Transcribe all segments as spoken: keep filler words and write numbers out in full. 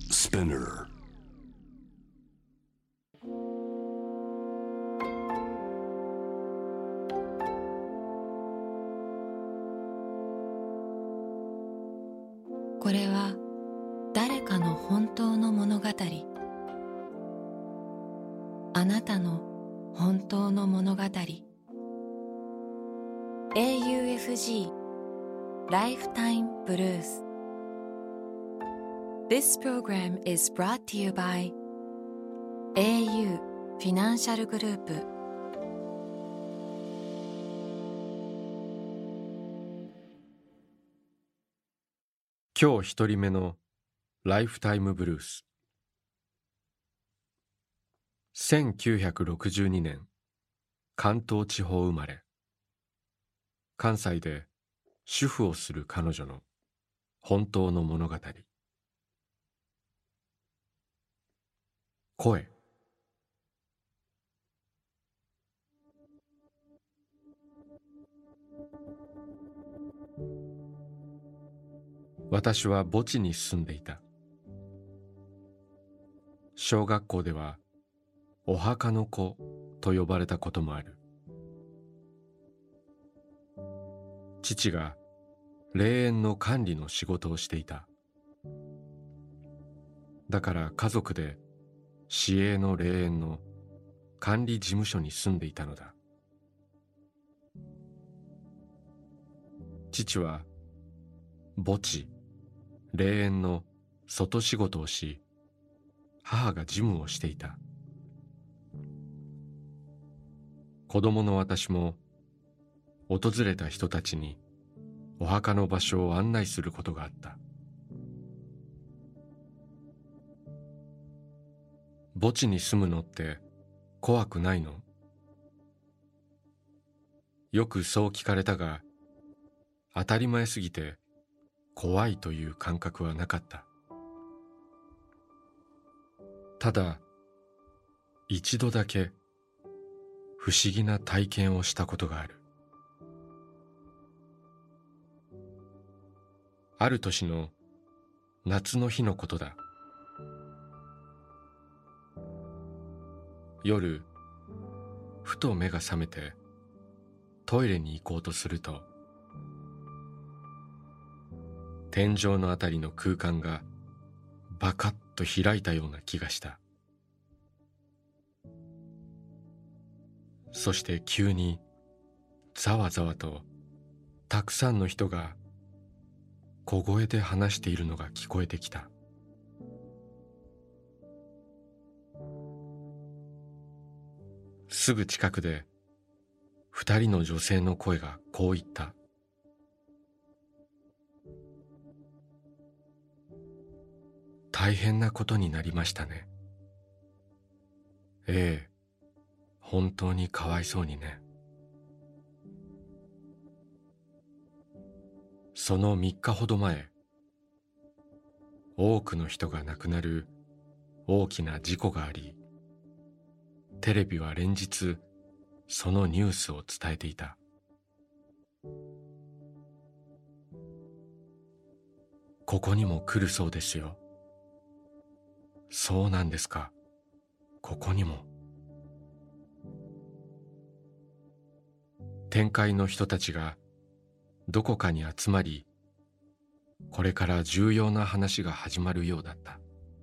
Spinner. これは誰かの本当の物語。あなたの本当の物語。 エーユーエフジー Lifetime Blues. This program is brought to you by エーユー Financial Group。 今日一人目のライフタイムブルース。せんきゅうひゃくろくじゅうにねん、関東地方生まれ。関西で主婦をする彼女の本当の物語。声。私は墓地に住んでいた。小学校ではお墓の子と呼ばれたこともある。父が霊園の管理の仕事をしていた。だから家族で市営の霊園の管理事務所に住んでいたのだ。父は墓地、霊園の外仕事をし、母が事務をしていた。子供の私も訪れた人たちにお墓の場所を案内することがあった。墓地に住むのって怖くないの？よくそう聞かれたが、当たり前すぎて怖いという感覚はなかった。ただ、一度だけ不思議な体験をしたことがある。ある年の夏の日のことだ。夜、ふと目が覚めてトイレに行こうとすると、天井のあたりの空間がバカッと開いたような気がした。そして急にざわざわとたくさんの人が小声で話しているのが聞こえてきた。すぐ近くで二人の女性の声がこう言った。大変なことになりましたね。ええ、本当にかわいそうにね。その三日ほど前、多くの人が亡くなる大きな事故があり、テレビは連日そのニュースを伝えていた。ここにも来るそうですよ。そうなんですか。ここにも。天界の人たちがどこかに集まり、これから重要な話が始まるようだった。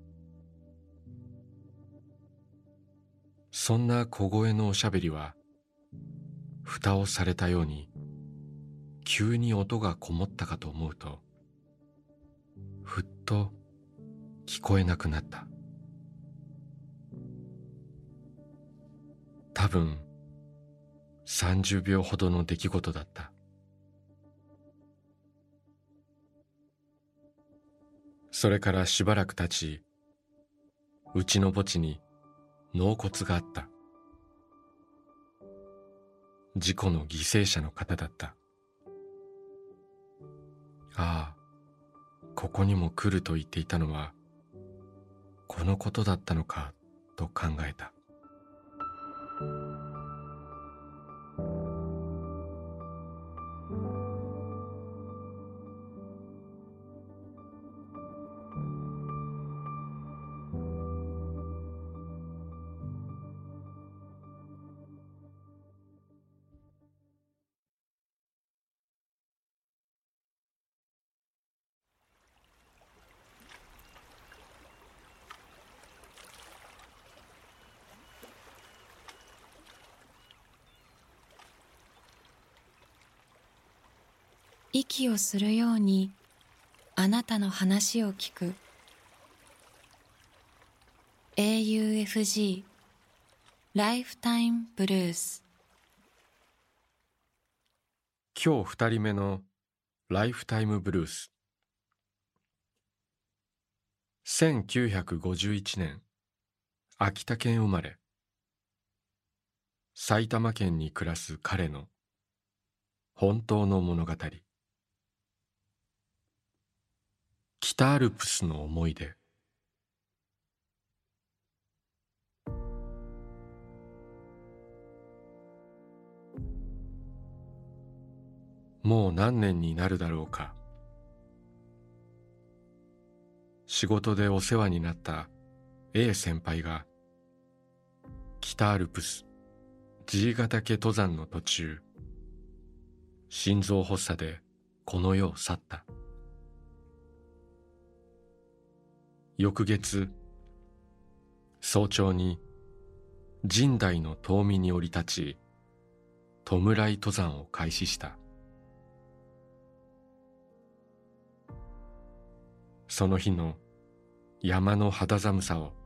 そんな小声のおしゃべりは、蓋をされたように、急に音がこもったかと思うと、ふっと聞こえなくなった。多分、さんじゅうびょうほどの出来事だった。それからしばらく経ち、うちの墓地に納骨があった。事故の犠牲者の方だった。ああ、ここにも来ると言っていたのは、このことだったのかと考えた。 息をするようにあなたの話を聞く。 エーユーエフジー ライフタイムブルース。 今日二人目のライフタイムブルース。せんきゅうひゃくごじゅういちねん、秋田県生まれ。埼玉県に暮らす彼の本当の物語。北アルプスの思い出。もう何年になるだろうか。仕事でお世話になった A 先輩が北アルプス爺ヶ岳登山の途中、心臓発作でこの世を去った。翌月、早朝に神代の遠見に降り立ち、弔い登山を開始した。その日の山の肌寒さを、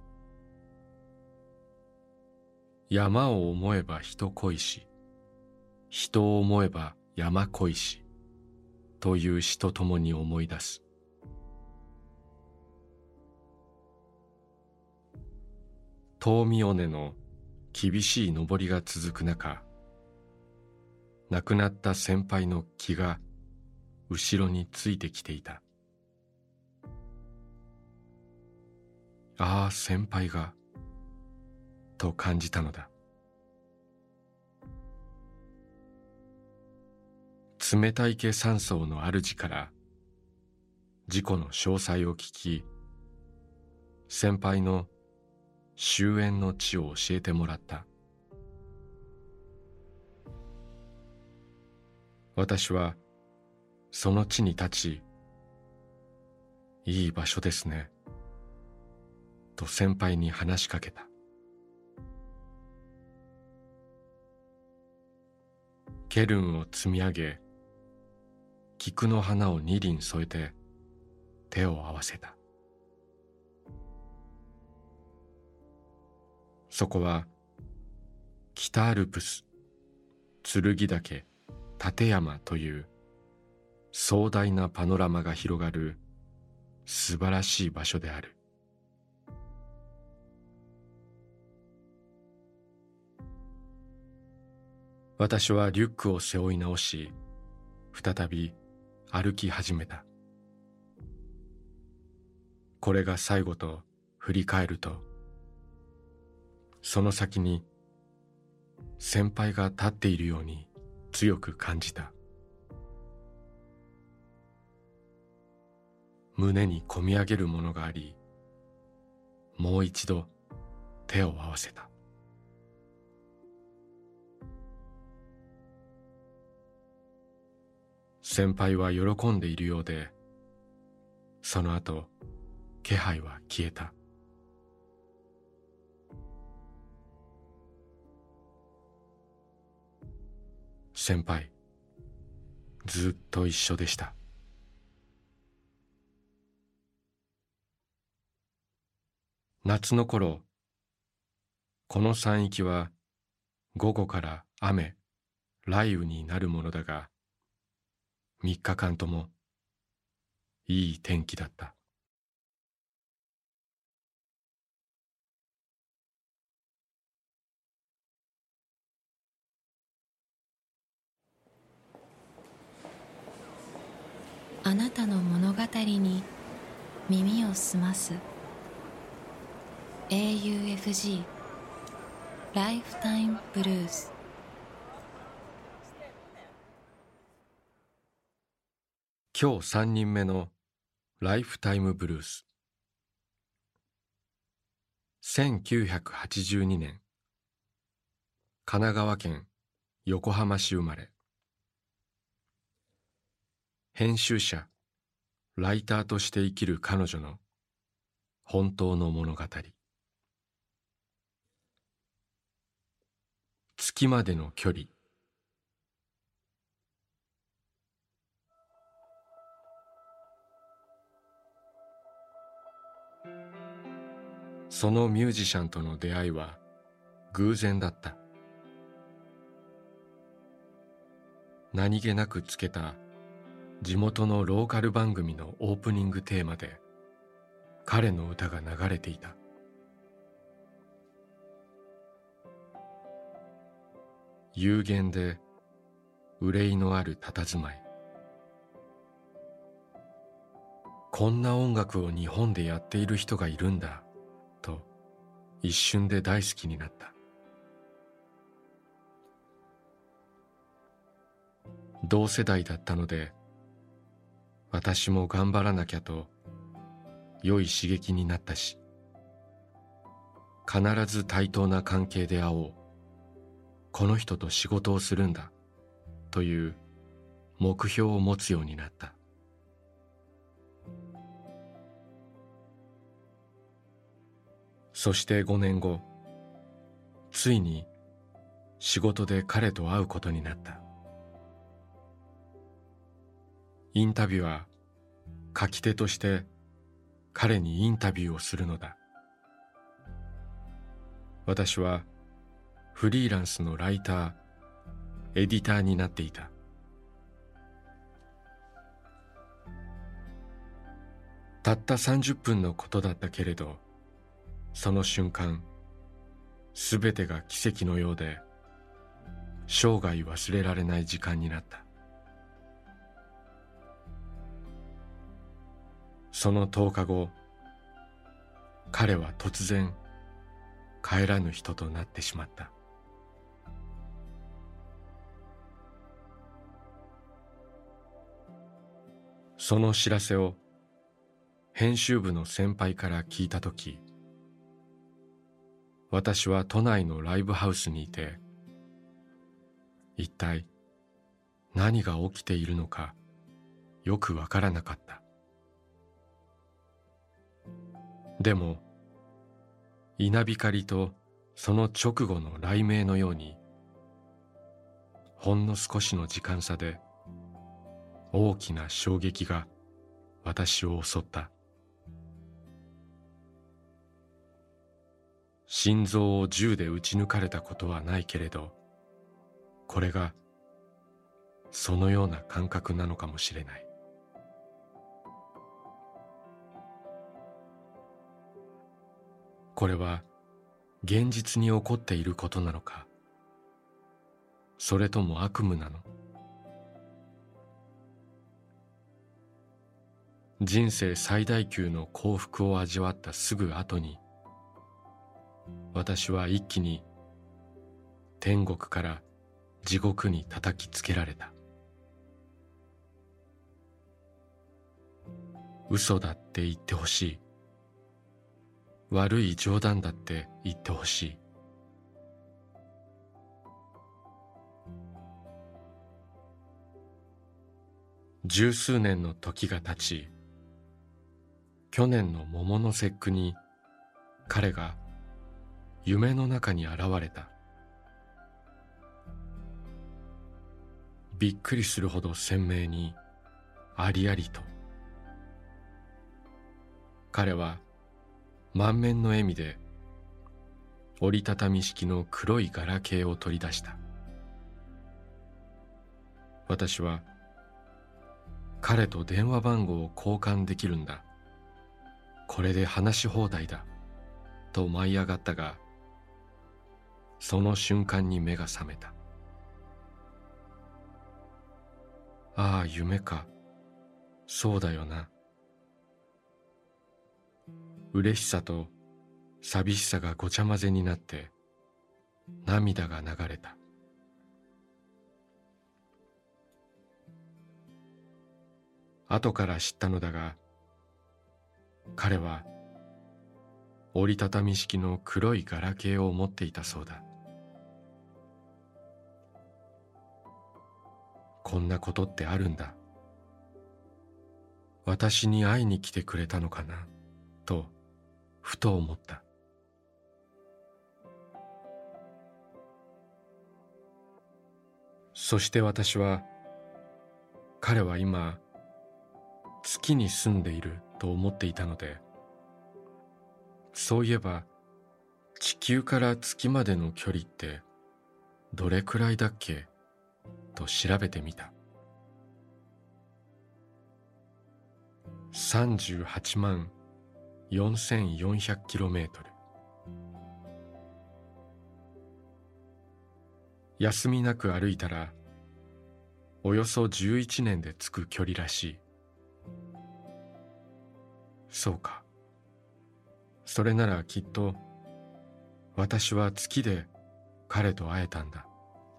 山を思えば人恋し、人を思えば山恋しという詩とともに思い出す。遠見尾根の厳しい登りが続く中、亡くなった先輩の気が後ろについてきていた。ああ、先輩が、と感じたのだ。冷た池山荘の主から事故の詳細を聞き、先輩の終焉の地を教えてもらった。私はその地に立ち、いい場所ですね、と先輩に話しかけた。ケルンを積み上げ、菊の花を二輪添えて手を合わせた。そこは北アルプス剣岳立山という壮大なパノラマが広がる素晴らしい場所である。私はリュックを背負い直し、再び歩き始めた。これが最後と振り返ると、その先に先輩が立っているように強く感じた。胸にこみ上げるものがあり、もう一度手を合わせた。先輩は喜んでいるようで、その後気配は消えた。先輩、ずっと一緒でした。夏の頃、この山域は午後から雨、雷雨になるものだが、三日間ともいい天気だった。 あなたの物語に耳を澄ます。 エーユーエフジー ライフタイムブルース。 今日三人目のライフタイムブルース。せんきゅうひゃくはちじゅうにねん、神奈川県横浜市生まれ。編集者、ライターとして生きる彼女の本当の物語。月までの距離。 そのミュージシャンとの出会いは偶然だった。何気なくつけた地元のローカル番組のオープニングテーマで彼の歌が流れていた。幽玄で憂いのある佇まい。こんな音楽を日本でやっている人がいるんだと一瞬で大好きになった。同世代だったので私も頑張らなきゃと良い刺激になったし、必ず対等な関係で会おう、この人と仕事をするんだという目標を持つようになった。そしてごねんご、ついに仕事で彼と会うことになった。インタビュアー、書き手として彼にインタビューをするのだ。私はフリーランスのライター、エディターになっていた。たったさんじゅっぷんのことだったけれど、その瞬間、すべてが奇跡のようで、生涯忘れられない時間になった。そのとおかご、彼は突然帰らぬ人となってしまった。その知らせを編集部の先輩から聞いたとき、私は都内のライブハウスにいて、一体何が起きているのかよくわからなかった。でも稲光とその直後の雷鳴のように、ほんの少しの時間差で大きな衝撃が私を襲った。心臓を銃で撃ち抜かれたことはないけれど、これがそのような感覚なのかもしれない。これは現実に起こっていることなのか、それとも悪夢なの？人生最大級の幸福を味わったすぐ後に、私は一気に天国から地獄に叩きつけられた。嘘だって言ってほしい。悪い冗談だって言ってほしい。十数年の時が経ち、去年の桃の節句に彼が夢の中に現れた。びっくりするほど鮮明に、ありありと。彼は満面の笑みで折りたたみ式の黒いガラケーを取り出した。私は彼と電話番号を交換できるんだ、これで話し放題だと舞い上がったが、その瞬間に目が覚めた。ああ、夢か。そうだよな。嬉しさと寂しさがごちゃ混ぜになって涙が流れた。後から知ったのだが、彼は折りたたみ式の黒いガラケーを持っていたそうだ。こんなことってあるんだ。私に会いに来てくれたのかなとふと思った。そして私は、彼は今月に住んでいると思っていたので、 そういえば地球から月までの距離ってどれくらいだっけと調べてみた。さんじゅうはちまんよんせんよんひゃくキロメートル。休みなく歩いたらおよそじゅういちねんで着く距離らしい。そうか。それならきっと私は月で彼と会えたんだ。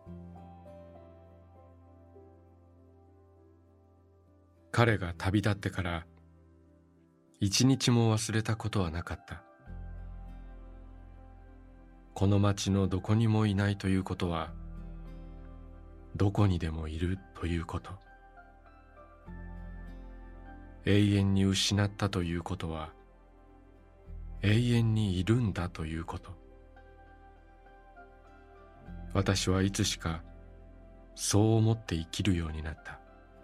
彼が旅立ってから一日も忘れたことはなかった。この町のどこにもいないということはどこにでもいるということ。永遠に失ったということは永遠にいるんだということ。私はいつしかそう思って生きるようになった。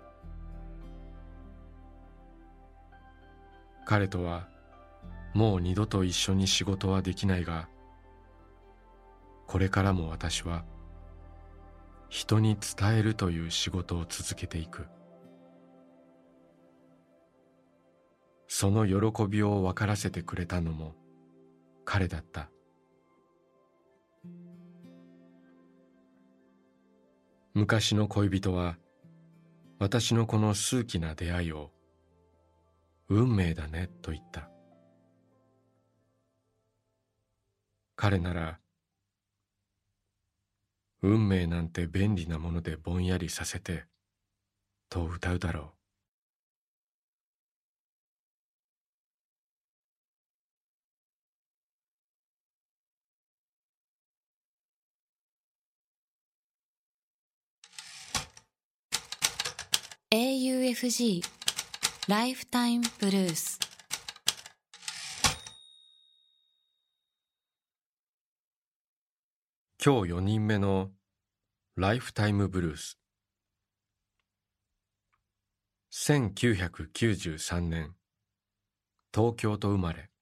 彼とはもう二度と一緒に仕事はできないが、これからも私は人に伝えるという仕事を続けていく。その喜びを分からせてくれたのも彼だった。昔の恋人は私のこの数奇な出会いを運命だねと言った。彼なら運命なんて便利なものでぼんやりさせてと歌うだろう。 エーユーエフジー ライフタイムブルース。 今日よにんめのライフタイムブルース。せんきゅうひゃくきゅうじゅうさんねん、東京と生まれ、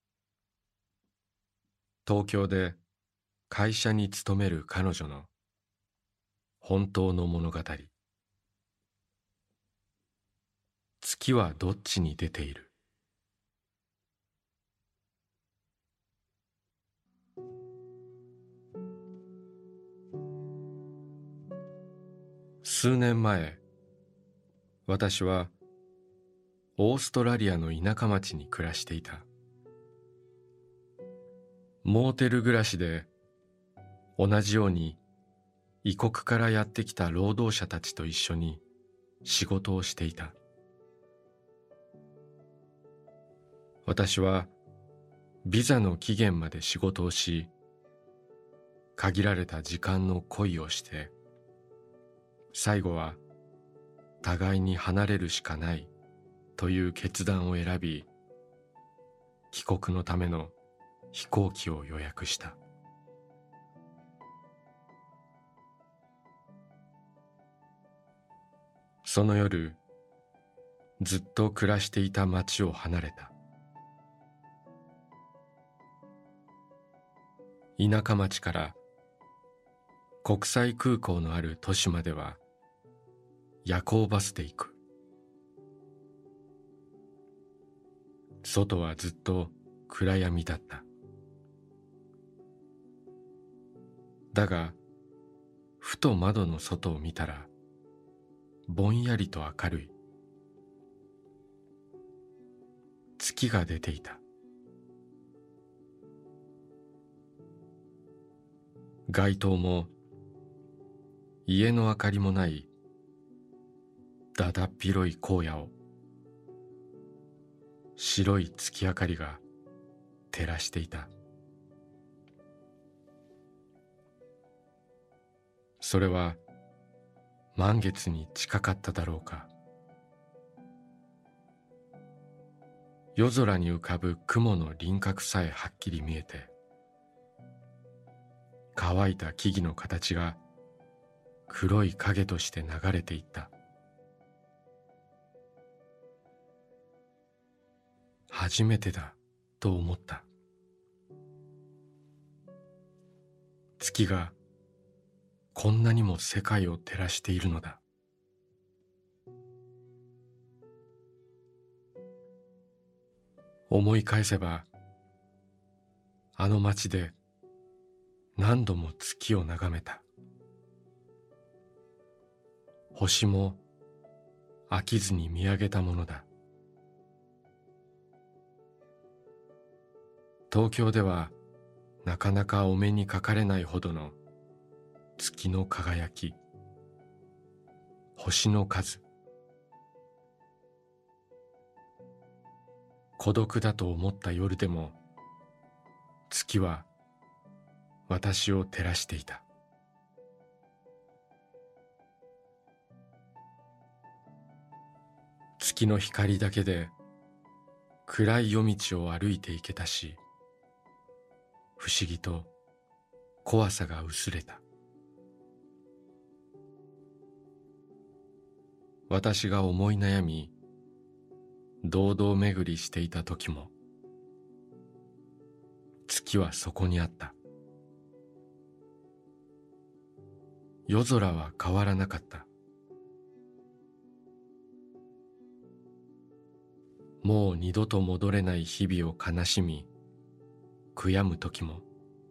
東京で会社に勤める彼女の本当の物語。月はどっちに出ている。数年前、私はオーストラリアの田舎町に暮らしていた。モーテル暮らしで同じように異国からやってきた労働者たちと一緒に仕事をしていた。私はビザの期限まで仕事をし、限られた時間の恋をして、最後は互いに離れるしかないという決断を選び、帰国のための飛行機を予約した。その夜、ずっと暮らしていた町を離れた。田舎町から国際空港のある都市までは夜行バスで行く。外はずっと暗闇だった。だが、ふと窓の外を見たらぼんやりと明るい。月が出ていた。街灯も家の明かりもないだだっ広い荒野を白い月明かりが照らしていた。それは満月に近かっただろうか。夜空に浮かぶ雲の輪郭さえはっきり見えて、乾いた木々の形が黒い影として流れていった。初めてだと思った。 月がこんなにも世界を照らしているのだ。思い返せば、あの街で何度も月を眺めた。星も飽きずに見上げたものだ。東京ではなかなかお目にかかれないほどの月の輝き、星の数。孤独だと思った夜でも、月は私を照らしていた。月の光だけで暗い夜道を歩いていけたし、不思議と怖さが薄れた。私が思い悩み、堂々巡りしていた時も、月はそこにあった。夜空は変わらなかった。もう二度と戻れない日々を悲しみ、悔やむ時も、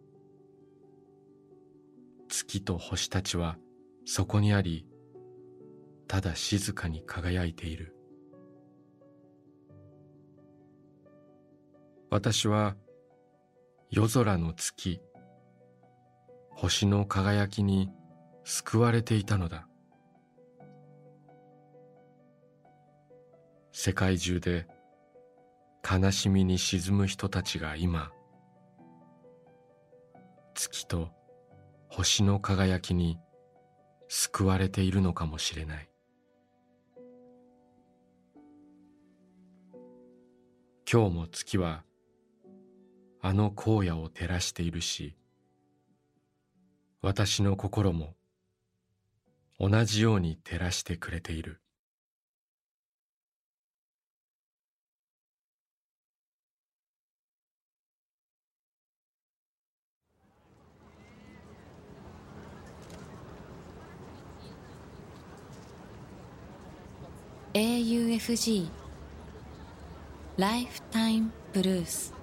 月と星たちはそこにあり、ただ静かに輝いている。私は夜空の月、星の輝きに救われていたのだ。世界中で悲しみに沈む人たちが今、月と星の輝きに救われているのかもしれない。今日も月はあの荒野を照らしているし、私の心も同じように照らしてくれている。 エーユーエフジー ライフタイムブルース。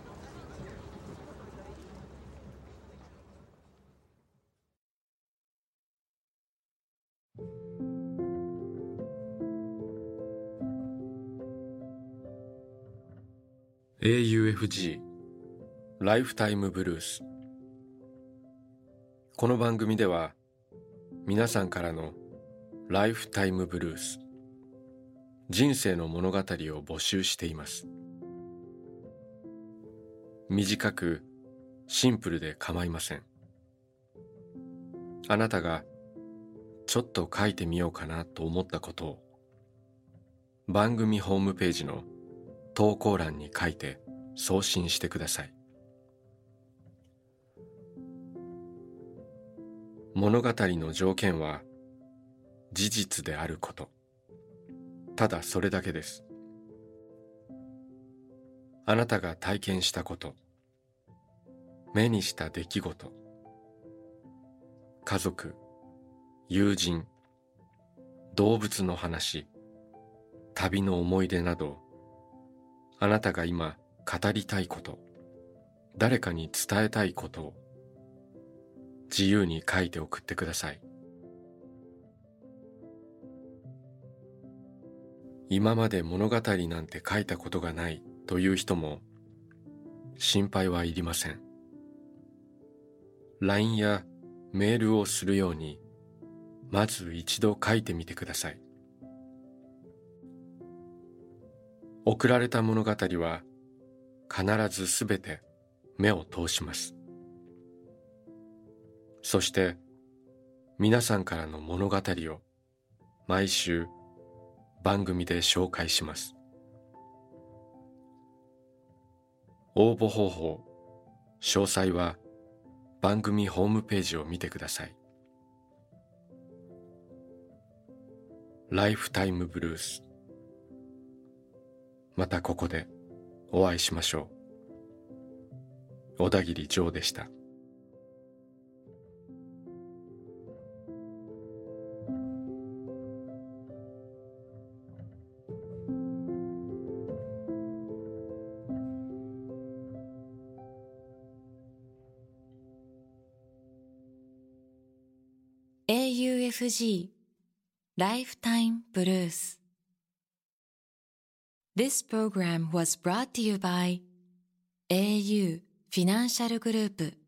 エーユーエフジー ライフタイムブルース。この番組では皆さんからのライフタイムブルース、人生の物語を募集しています。短くシンプルで構いません。あなたがちょっと書いてみようかなと思ったことを番組ホームページの投稿欄に書いて送信してください。物語の条件は事実であること。ただそれだけです。あなたが体験したこと、目にした出来事、家族、友人、動物の話、旅の思い出など、あなたが今語りたいこと、誰かに伝えたいことを自由に書いて送ってください。今まで物語なんて書いたことがないという人も心配はいりません。ライン やメールをするようにまず一度書いてみてください。送られた物語は必ずすべて目を通します。そして皆さんからの物語を毎週番組で紹介します。応募方法、詳細は番組ホームページを見てください。ライフタイムブルース。またここでお会いしましょう。小田切丈でした。 エフジー Lifetime Blues. This program was brought to you by エーユー Financial Group.